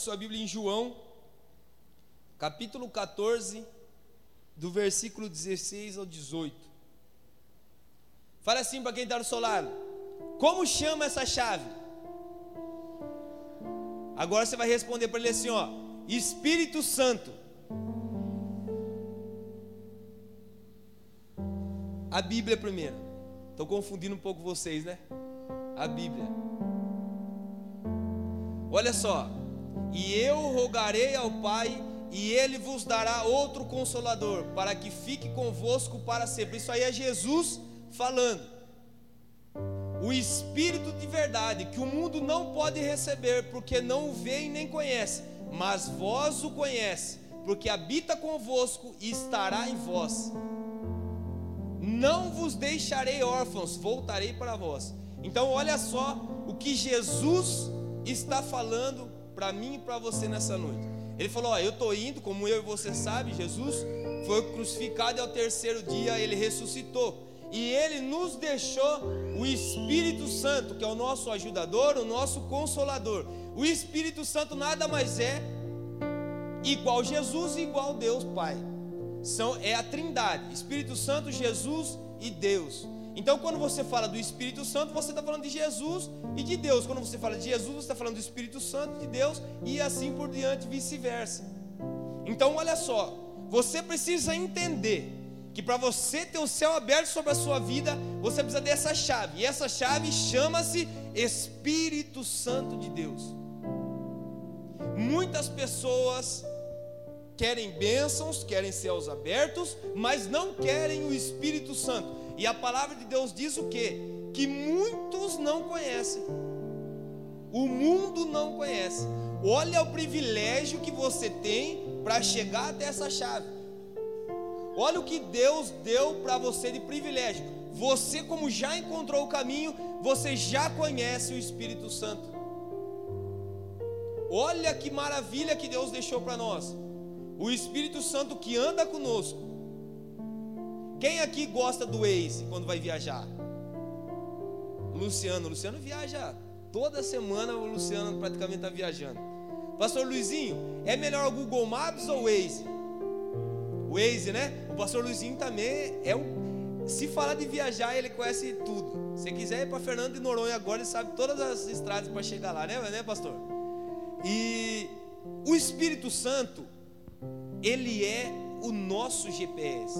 Sua Bíblia em João, capítulo 14, do versículo 16 ao 18. Fala assim para quem está no seu lado: como chama essa chave? Agora você vai responder para ele assim, ó: Espírito Santo. A Bíblia primeiro. Estou confundindo um pouco vocês, né? A Bíblia. Olha só: e eu rogarei ao Pai, e Ele vos dará outro Consolador, para que fique convosco para sempre. Isso aí é Jesus falando. O Espírito de verdade, que o mundo não pode receber, porque não o vê e nem conhece, mas vós o conhece, porque habita convosco e estará em vós. Não vos deixarei órfãos, voltarei para vós. Então olha só o que Jesus está falando para mim e para você nessa noite. Ele falou: ó, eu estou indo, como eu e você sabe, Jesus foi crucificado e ao terceiro dia Ele ressuscitou. E Ele nos deixou o Espírito Santo, que é o nosso ajudador, o nosso consolador. O Espírito Santo nada mais é igual Jesus e igual Deus Pai. É a Trindade: Espírito Santo, Jesus e Deus. Então quando você fala do Espírito Santo, você está falando de Jesus e de Deus. Quando você fala de Jesus, você está falando do Espírito Santo, de Deus, e assim por diante, vice-versa. Então olha só, você precisa entender que para você ter o céu aberto sobre a sua vida, você precisa dessa chave. E essa chave chama-se Espírito Santo de Deus. Muitas pessoas querem bênçãos, querem céus abertos, mas não querem o Espírito Santo. E a palavra de Deus diz o quê? Que muitos não conhecem. O mundo não conhece. Olha o privilégio que você tem para chegar até essa chave. Olha o que Deus deu para você de privilégio. Você, como já encontrou o caminho, você já conhece o Espírito Santo. Olha que maravilha que Deus deixou para nós. O Espírito Santo que anda conosco. Quem aqui gosta do Waze quando vai viajar? O Luciano viaja toda semana. O Luciano praticamente está viajando. Pastor Luizinho, é melhor o Google Maps ou o Waze? O Waze, né? O pastor Luizinho também se falar de viajar, ele conhece tudo. Se quiser ir para Fernando de Noronha agora, ele sabe todas as estradas para chegar lá, né, pastor? E o Espírito Santo, ele é o nosso GPS.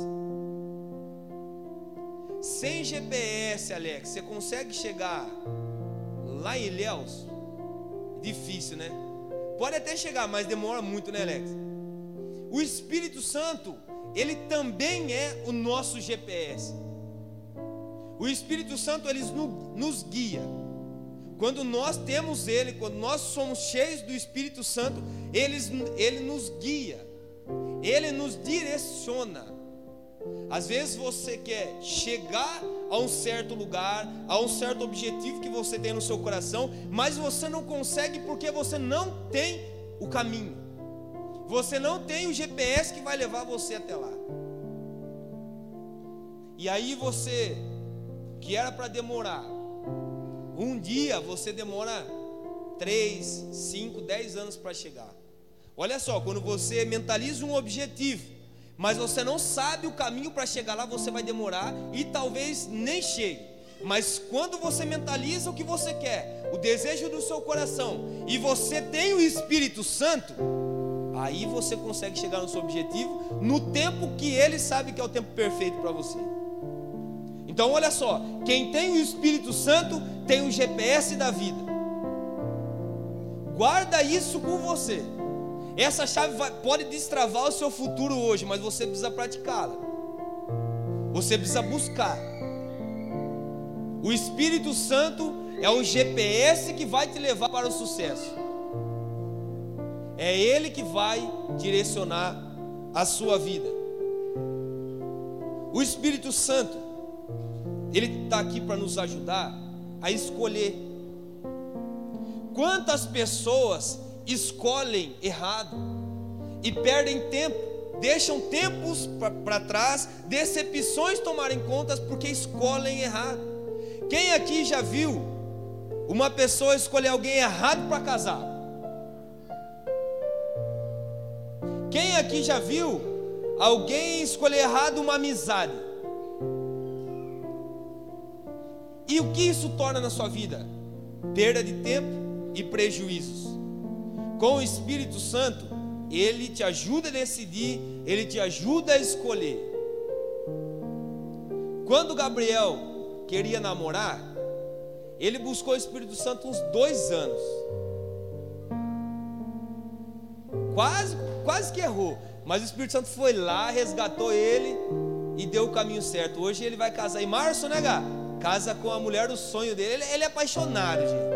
Sem GPS, Alex, você consegue chegar lá em Ilhéus? Difícil, né? Pode até chegar, mas demora muito, né, Alex? O Espírito Santo, ele também é o nosso GPS. O Espírito Santo, ele nos guia. Quando nós temos Ele, quando nós somos cheios do Espírito Santo, Ele nos guia, Ele nos direciona. Às vezes você quer chegar a um certo lugar, a um certo objetivo que você tem no seu coração, mas você não consegue porque você não tem o caminho. Você não tem o GPS que vai levar você até lá. E aí você, que era para demorar um dia, você demora 3, 5, 10 anos para chegar. Olha só, quando você mentaliza um objetivo, mas você não sabe o caminho para chegar lá, você vai demorar e talvez nem chegue. Mas quando você mentaliza o que você quer, o desejo do seu coração, e você tem o Espírito Santo, aí você consegue chegar no seu objetivo no tempo que Ele sabe que é o tempo perfeito para você. Então olha só, quem tem o Espírito Santo tem o GPS da vida. Guarda isso com você. Essa chave pode destravar o seu futuro hoje, mas você precisa praticá-la. Você precisa buscar. O Espírito Santo é o GPS que vai te levar para o sucesso. É Ele que vai direcionar a sua vida. O Espírito Santo, Ele está aqui para nos ajudar a escolher. Quantas pessoas escolhem errado e perdem tempo, deixam tempos para trás, decepções tomarem conta porque escolhem errado. Quem aqui já viu uma pessoa escolher alguém errado para casar? Quem aqui já viu alguém escolher errado uma amizade? E o que isso torna na sua vida? Perda de tempo e prejuízos. Com o Espírito Santo, Ele te ajuda a decidir, Ele te ajuda a escolher. Quando Gabriel queria namorar, ele buscou o Espírito Santo uns 2 anos. Quase que errou, mas o Espírito Santo foi lá, resgatou ele e deu o caminho certo. Hoje ele vai casar em março, né, Gá? Casa com a mulher do sonho dele. Ele é apaixonado, gente.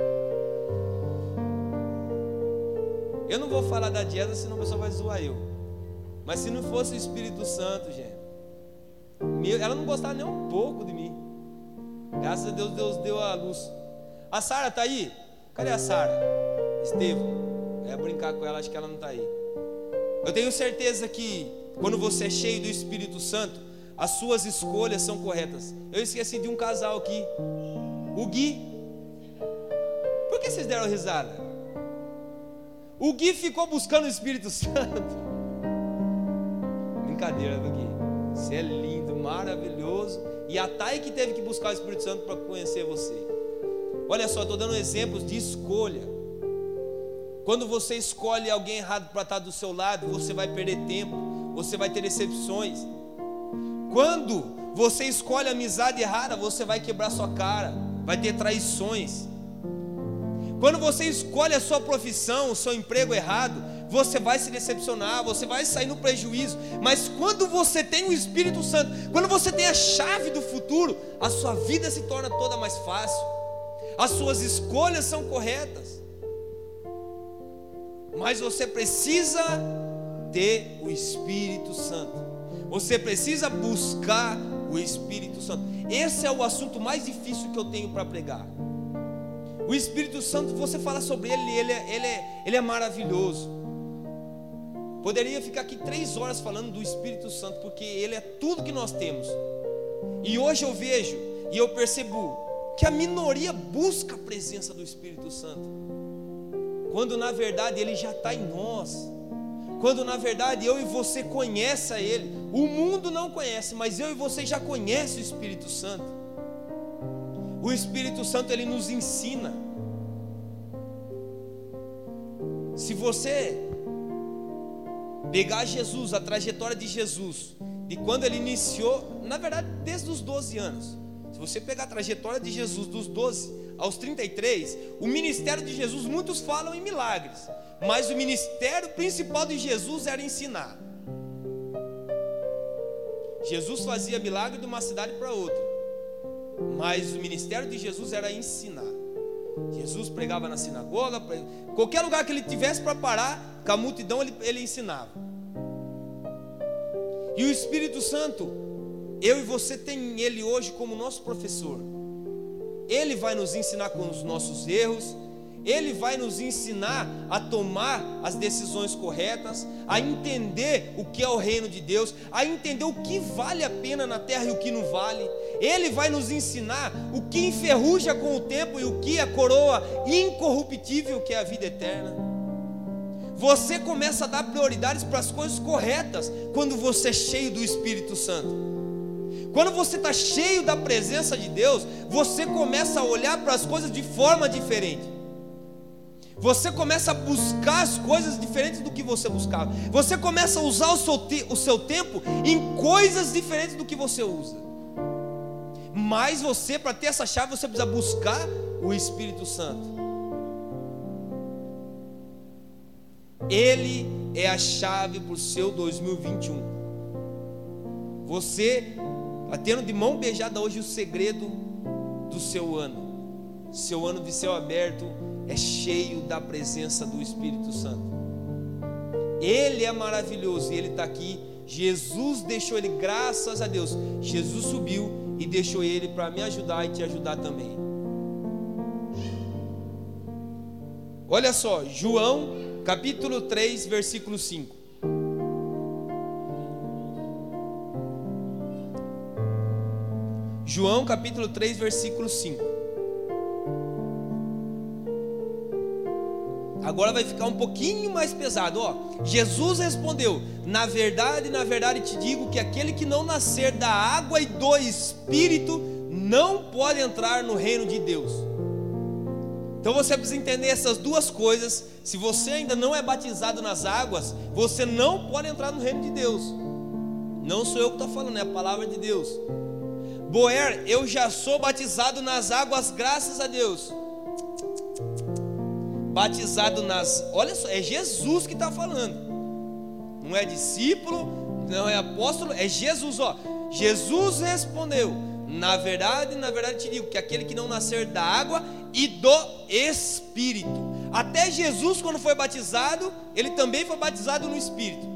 Eu não vou falar da dieta, senão o pessoal vai zoar eu. Mas se não fosse o Espírito Santo, gente, ela não gostava nem um pouco de mim. Graças a Deus, Deus deu a luz. A Sara está aí? Cadê a Sara? Estevão, eu ia brincar com ela, acho que ela não está aí. Eu tenho certeza que quando você é cheio do Espírito Santo, as suas escolhas são corretas. Eu esqueci de um casal aqui, o Gui. Por que vocês deram risada? O Gui ficou buscando o Espírito Santo. Brincadeira do Gui. Você é lindo, maravilhoso. E a Thay que teve que buscar o Espírito Santo para conhecer você. Olha só, estou dando exemplos de escolha. Quando você escolhe alguém errado para estar do seu lado, você vai perder tempo, você vai ter decepções. Quando você escolhe a amizade errada, você vai quebrar sua cara, vai ter traições. Quando você escolhe a sua profissão, o seu emprego errado, você vai se decepcionar, você vai sair no prejuízo. Mas quando você tem o Espírito Santo, quando você tem a chave do futuro, a sua vida se torna toda mais fácil. As suas escolhas são corretas. Mas você precisa ter o Espírito Santo. Você precisa buscar o Espírito Santo. Esse é o assunto mais difícil que eu tenho para pregar. O Espírito Santo, você fala sobre ele é maravilhoso. Poderia ficar aqui 3 horas falando do Espírito Santo, porque ele é tudo que nós temos. E hoje eu vejo e eu percebo que a minoria busca a presença do Espírito Santo, quando na verdade ele já está em nós. Quando na verdade eu e você conhece a Ele. O mundo não conhece, mas eu e você já conhece o Espírito Santo. O Espírito Santo, ele nos ensina. Se você pegar Jesus, a trajetória de Jesus, de quando ele iniciou, na verdade desde os 12 anos, se você pegar a trajetória de Jesus dos 12 aos 33, o ministério de Jesus, muitos falam em milagres, mas o ministério principal de Jesus era ensinar. Jesus fazia milagre de uma cidade para outra, mas o ministério de Jesus era ensinar. Jesus pregava na sinagoga, qualquer lugar que ele tivesse para parar, com a multidão ele ensinava. E o Espírito Santo, eu e você tem ele hoje como nosso professor. Ele vai nos ensinar com os nossos erros, ele vai nos ensinar a tomar as decisões corretas, a entender o que é o reino de Deus, a entender o que vale a pena na terra e o que não vale. Ele vai nos ensinar o que enferruja com o tempo e o que é a coroa incorruptível, que é a vida eterna. Você começa a dar prioridades para as coisas corretas quando você é cheio do Espírito Santo. Quando você está cheio da presença de Deus, você começa a olhar para as coisas de forma diferente. Você começa a buscar as coisas diferentes do que você buscava. Você começa a usar o seu tempo em coisas diferentes do que você usa. Mas você, para ter essa chave, você precisa buscar o Espírito Santo. Ele é a chave para o seu 2021. Você está tendo de mão beijada hoje o segredo do seu ano. Seu ano de céu aberto é cheio da presença do Espírito Santo. Ele é maravilhoso e ele está aqui. Jesus deixou ele, graças a Deus. Jesus subiu e deixou ele para me ajudar e te ajudar também. Olha só, João capítulo 3, versículo 5. João capítulo 3, versículo 5. Agora vai ficar um pouquinho mais pesado, ó. Jesus respondeu: na verdade te digo que aquele que não nascer da água e do Espírito não pode entrar no reino de Deus. Então você precisa entender essas duas coisas. Se você ainda não é batizado nas águas, você não pode entrar no reino de Deus. Não sou eu que estou falando, é a palavra de Deus. Boer, eu já sou batizado nas águas, graças a Deus. Batizado nas... Olha só, é Jesus que está falando. Não é discípulo, não é apóstolo, é Jesus, ó. Jesus respondeu: na verdade te digo que aquele que não nascer da água e do Espírito. Até Jesus, quando foi batizado, ele também foi batizado no Espírito.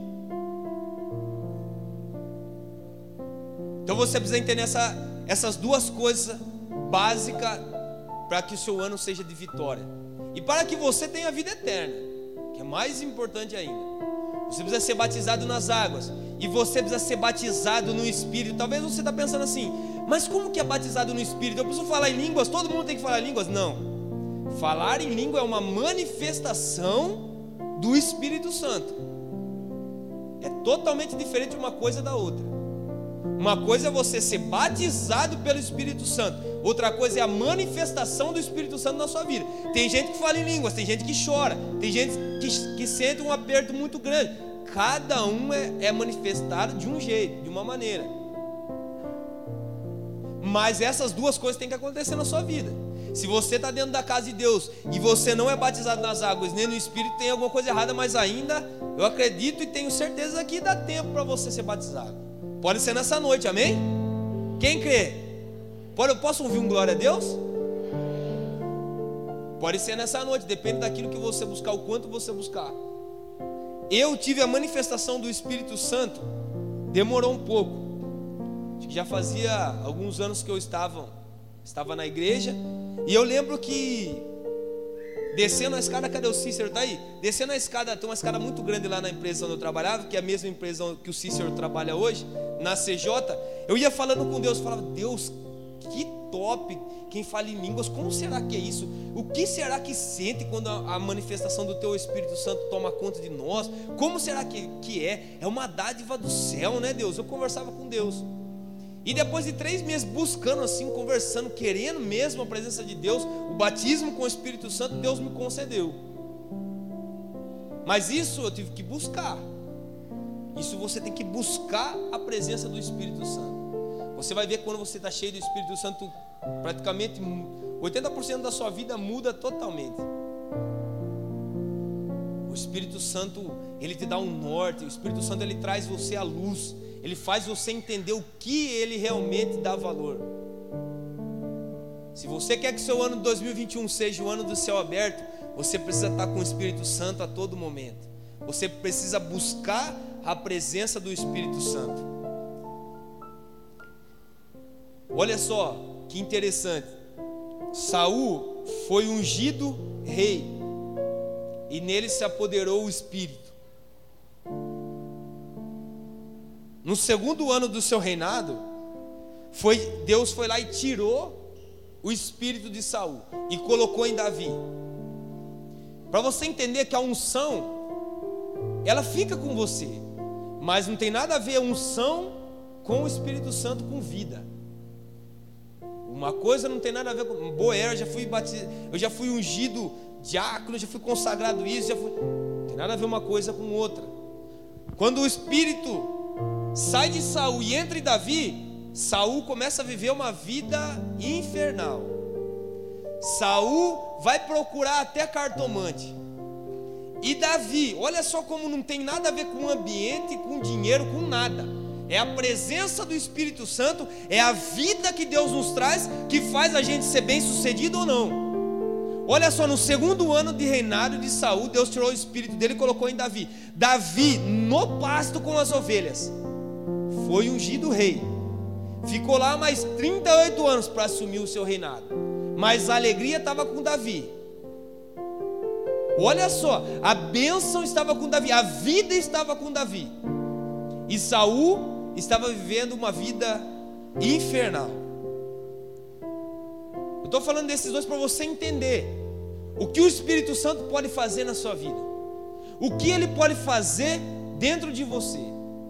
Então você precisa entender essas duas coisas básicas para que o seu ano seja de vitória e para que você tenha vida eterna, que é mais importante ainda. Você precisa ser batizado nas águas e você precisa ser batizado no Espírito. Talvez você está pensando assim: mas como que é batizado no Espírito? Eu preciso falar em línguas? Todo mundo tem que falar em línguas? Não. Falar em língua é uma manifestação do Espírito Santo. É totalmente diferente uma coisa da outra. Uma coisa é você ser batizado pelo Espírito Santo, outra coisa é a manifestação do Espírito Santo na sua vida. Tem gente que fala em línguas, tem gente que chora, tem gente que sente um aperto muito grande. Cada um é manifestado de um jeito, de uma maneira. Mas essas duas coisas têm que acontecer na sua vida. Se você está dentro da casa de Deus e você não é batizado nas águas nem no Espírito, tem alguma coisa errada. Mas ainda eu acredito e tenho certeza que dá tempo para você ser batizado. Pode ser nessa noite, amém? Quem crê? Posso ouvir um glória a Deus? Pode ser nessa noite, depende daquilo que você buscar, o quanto você buscar. Eu tive a manifestação do Espírito Santo, demorou um pouco. Acho que já fazia alguns anos que eu estava na igreja. E eu lembro que descendo a escada, cadê o Cícero? Tá aí? Descendo a escada, tem uma escada muito grande lá na empresa onde eu trabalhava, que é a mesma empresa que o Cícero trabalha hoje, na CJ. Eu ia falando com Deus, falava: Deus, que top, quem fala em línguas, como será que é isso? O que será que sente quando a manifestação do teu Espírito Santo toma conta de nós? Como será que é? É uma dádiva do céu, né, Deus? Eu conversava com Deus. E depois de 3 meses buscando assim, conversando, querendo mesmo a presença de Deus, o batismo com o Espírito Santo, Deus me concedeu. Mas isso eu tive que buscar. Isso você tem que buscar a presença do Espírito Santo. Você vai ver quando você está cheio do Espírito Santo, praticamente 80% da sua vida muda totalmente. O Espírito Santo, ele te dá um norte. O Espírito Santo, ele traz você à luz. Ele faz você entender o que ele realmente dá valor. Se você quer que seu ano de 2021 seja o ano do céu aberto, você precisa estar com o Espírito Santo a todo momento. Você precisa buscar a presença do Espírito Santo. Olha só que interessante. Saul foi ungido rei e nele se apoderou o Espírito. No segundo ano do seu reinado, Deus foi lá e tirou o espírito de Saul e colocou em Davi. Para você entender que a unção, ela fica com você, mas não tem nada a ver a unção com o Espírito Santo, com vida. Uma coisa não tem nada a ver com Boer, eu já fui ungido diácono, já fui consagrado isso, não tem nada a ver uma coisa com outra. Quando o Espírito sai de Saul e entra em Davi, Saul começa a viver uma vida infernal. Saul vai procurar até cartomante. E Davi, olha só como não tem nada a ver com o ambiente, com dinheiro, com nada. É a presença do Espírito Santo, é a vida que Deus nos traz, que faz a gente ser bem sucedido ou não. Olha só, no segundo ano de reinado de Saul, Deus tirou o espírito dele e colocou em Davi. Davi, no pasto com as ovelhas, foi ungido rei. Ficou lá mais 38 anos para assumir o seu reinado. Mas a alegria estava com Davi. Olha só, a bênção estava com Davi, a vida estava com Davi. E Saul estava vivendo uma vida infernal. Eu estou falando desses dois para você entender O que o Espírito Santo pode fazer na sua vida? O que ele pode fazer dentro de você?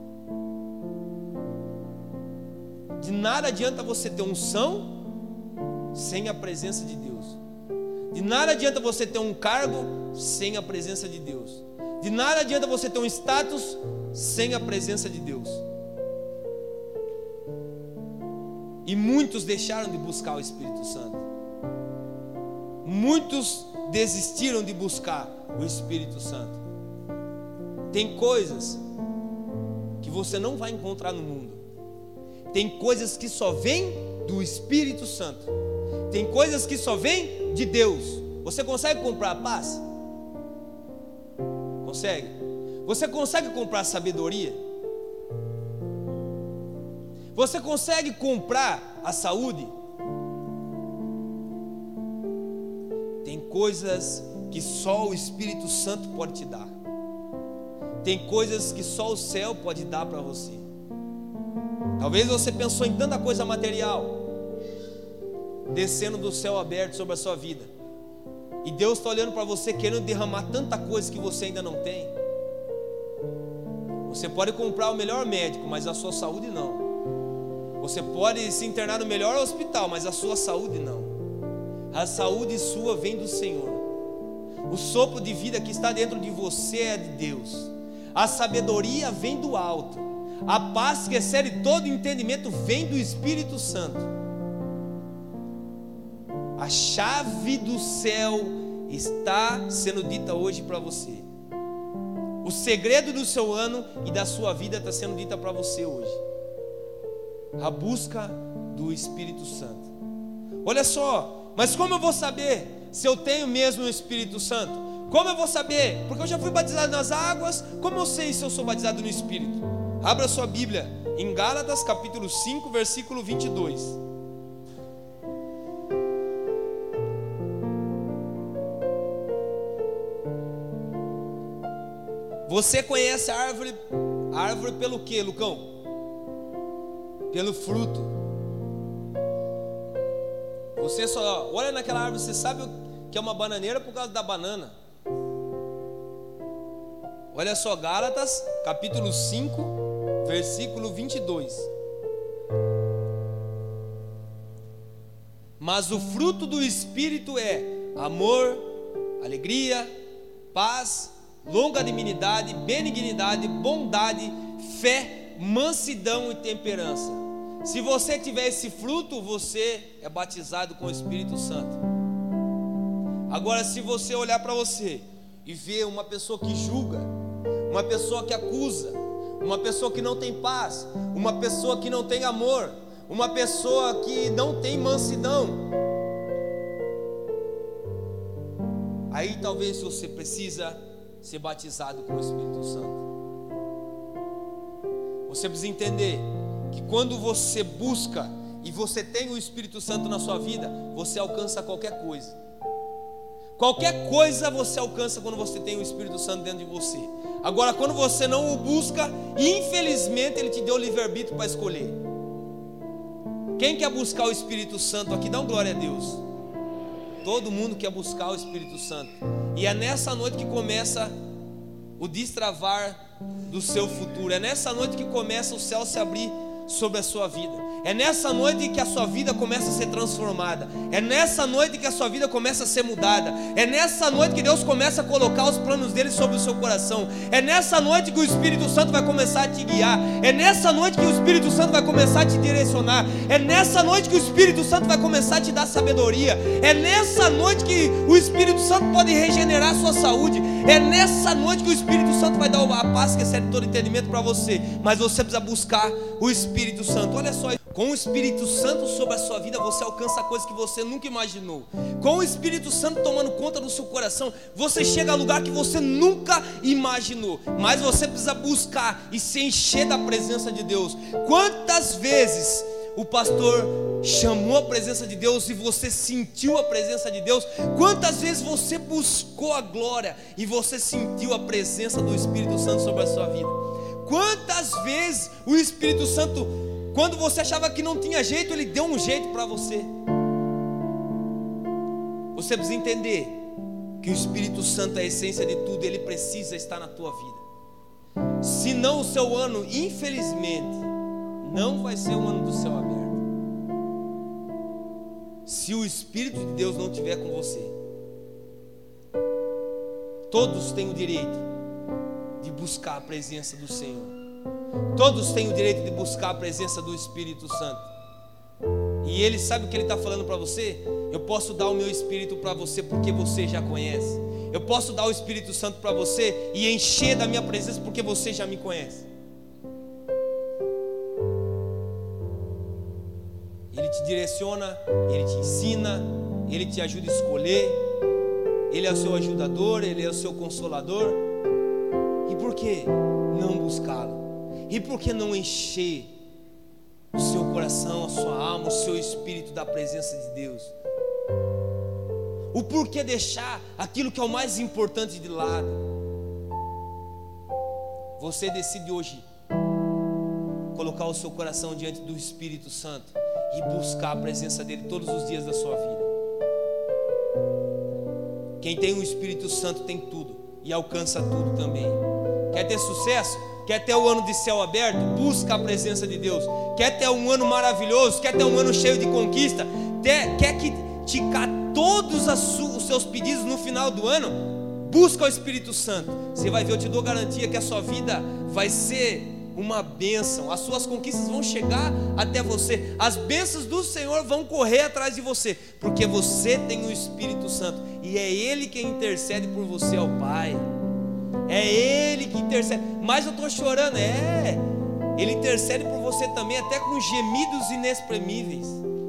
De nada adianta você ter unção sem a presença de Deus. De nada adianta você ter um cargo sem a presença de Deus. De nada adianta você ter um status sem a presença de Deus. E muitos deixaram de buscar o Espírito Santo. Muitos desistiram de buscar o Espírito Santo. Tem coisas que você não vai encontrar no mundo. Tem coisas que só vêm do Espírito Santo. Tem coisas que só vêm de Deus. Você consegue comprar a paz? Consegue? Você consegue comprar sabedoria? Você consegue comprar a saúde? Tem coisas que só o Espírito Santo pode te dar. Tem coisas que só o céu pode dar para você. Talvez você pensou em tanta coisa material descendo do céu aberto sobre a sua vida, e Deus está olhando para você querendo derramar tanta coisa que você ainda não tem. Você pode comprar o melhor médico, mas a sua saúde não. Você pode se internar no melhor hospital, mas a sua saúde não. A saúde sua vem do Senhor. O sopro de vida que está dentro de você é de Deus. A sabedoria vem do alto. A paz que excede todo entendimento vem do Espírito Santo. A chave do céu está sendo dita hoje para você. O segredo do seu ano e da sua vida está sendo dita para você hoje. A busca do Espírito Santo. Olha só, mas como eu vou saber se eu tenho mesmo o Espírito Santo? Como eu vou saber? Porque eu já fui batizado nas águas. Como eu sei se eu sou batizado no Espírito? Abra sua Bíblia em Gálatas capítulo 5, versículo 22. Você conhece a árvore pelo quê, Lucão? Pelo fruto. Você só olha naquela árvore, você sabe que é uma bananeira por causa da banana. Olha só, Gálatas capítulo 5, versículo 22. Mas o fruto do Espírito é amor, alegria, paz, longanimidade, benignidade, bondade, fé, mansidão e temperança. Se você tiver esse fruto, você é batizado com o Espírito Santo. Agora, se você olhar para você e ver uma pessoa que julga, uma pessoa que acusa, uma pessoa que não tem paz, uma pessoa que não tem amor, uma pessoa que não tem mansidão, aí talvez você precisa ser batizado com o Espírito Santo. Você precisa entender que quando você busca e você tem o Espírito Santo na sua vida, você alcança qualquer coisa. Qualquer coisa você alcança quando você tem o Espírito Santo dentro de você. Agora, quando você não o busca, infelizmente Ele te deu o livre-arbítrio para escolher. Quem quer buscar o Espírito Santo aqui? Dá um glória a Deus. Todo mundo quer buscar o Espírito Santo. E é nessa noite que começa o destravar do seu futuro. É nessa noite que começa o céu se abrir sobre a sua vida. É nessa noite que a sua vida começa a ser transformada. É nessa noite que a sua vida começa a ser mudada. É nessa noite que Deus começa a colocar os planos dele sobre o seu coração. É nessa noite que o Espírito Santo vai começar a te guiar. É nessa noite que o Espírito Santo vai começar a te direcionar. É nessa noite que o Espírito Santo vai começar a te dar sabedoria. É nessa noite que o Espírito Santo pode regenerar a sua saúde. É nessa noite que o Espírito Santo vai dar a paz que excede todo entendimento para você. Mas você precisa buscar o Espírito Santo. Olha só, com o Espírito Santo sobre a sua vida, você alcança coisas que você nunca imaginou. Com o Espírito Santo tomando conta do seu coração, você chega a lugar que você nunca imaginou. Mas você precisa buscar e se encher da presença de Deus. Quantas vezes o pastor chamou a presença de Deus e você sentiu a presença de Deus? Quantas vezes você buscou a glória e você sentiu a presença do Espírito Santo sobre a sua vida? Quantas vezes o Espírito Santo, quando você achava que não tinha jeito, Ele deu um jeito para você. Você precisa entender que o Espírito Santo é a essência de tudo, ele precisa estar na tua vida. Senão o seu ano, infelizmente, não vai ser um ano do céu aberto. Se o Espírito de Deus não estiver com você. Todos têm o direito de buscar a presença do Senhor. Todos têm o direito de buscar a presença do Espírito Santo. E Ele sabe o que Ele está falando para você? Eu posso dar o meu Espírito para você porque você já conhece. Eu posso dar o Espírito Santo para você e encher da minha presença porque você já me conhece. Ele te direciona, Ele te ensina, Ele te ajuda a escolher. Ele é o seu ajudador, Ele é o seu consolador. E por que não buscá-lo? E por que não encher o seu coração, a sua alma, o seu espírito da presença de Deus? O porquê deixar aquilo que é o mais importante de lado? Você decide hoje colocar o seu coração diante do Espírito Santo e buscar a presença dele todos os dias da sua vida. Quem tem o Espírito Santo tem tudo e alcança tudo também. Quer ter sucesso? Quer ter o ano de céu aberto? Busca a presença de Deus. Quer ter um ano maravilhoso? Quer ter um ano cheio de conquista? Quer que te caia todos os seus pedidos no final do ano? Busca o Espírito Santo. Você vai ver, eu te dou garantia que a sua vida vai ser uma bênção. As suas conquistas vão chegar até você. As bênçãos do Senhor vão correr atrás de você, porque você tem o Espírito Santo e é Ele quem intercede por você ao Pai. É Ele que intercede. Mas eu estou chorando. Ele intercede por você também, até com gemidos inexprimíveis.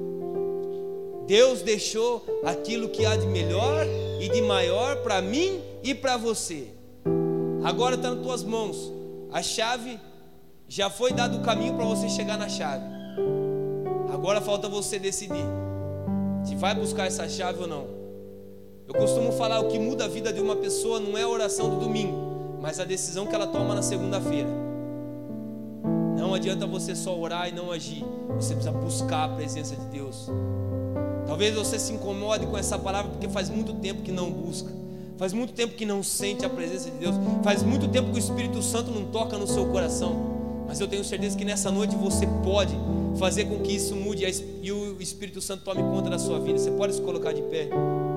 Deus deixou aquilo que há de melhor e de maior para mim e para você. Agora está nas tuas mãos. A chave já foi dado o caminho para você chegar na chave. Agora falta você decidir se vai buscar essa chave ou não. Eu costumo falar, o que muda a vida de uma pessoa não é a oração do domingo, mas a decisão que ela toma na segunda-feira. Não adianta você só orar e não agir. Você precisa buscar a presença de Deus. Talvez você se incomode com essa palavra porque faz muito tempo que não busca. Faz muito tempo que não sente a presença de Deus. Faz muito tempo que o Espírito Santo não toca no seu coração. Mas eu tenho certeza que nessa noite você pode fazer com que isso mude e o Espírito Santo tome conta da sua vida. Você pode se colocar de pé.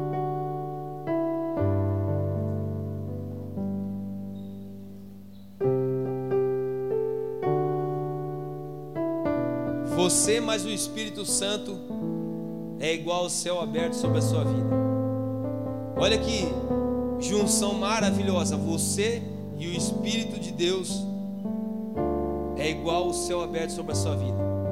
Você mais o Espírito Santo é igual ao céu aberto sobre a sua vida. Olha que junção maravilhosa. Você e o Espírito de Deus é igual ao céu aberto sobre a sua vida.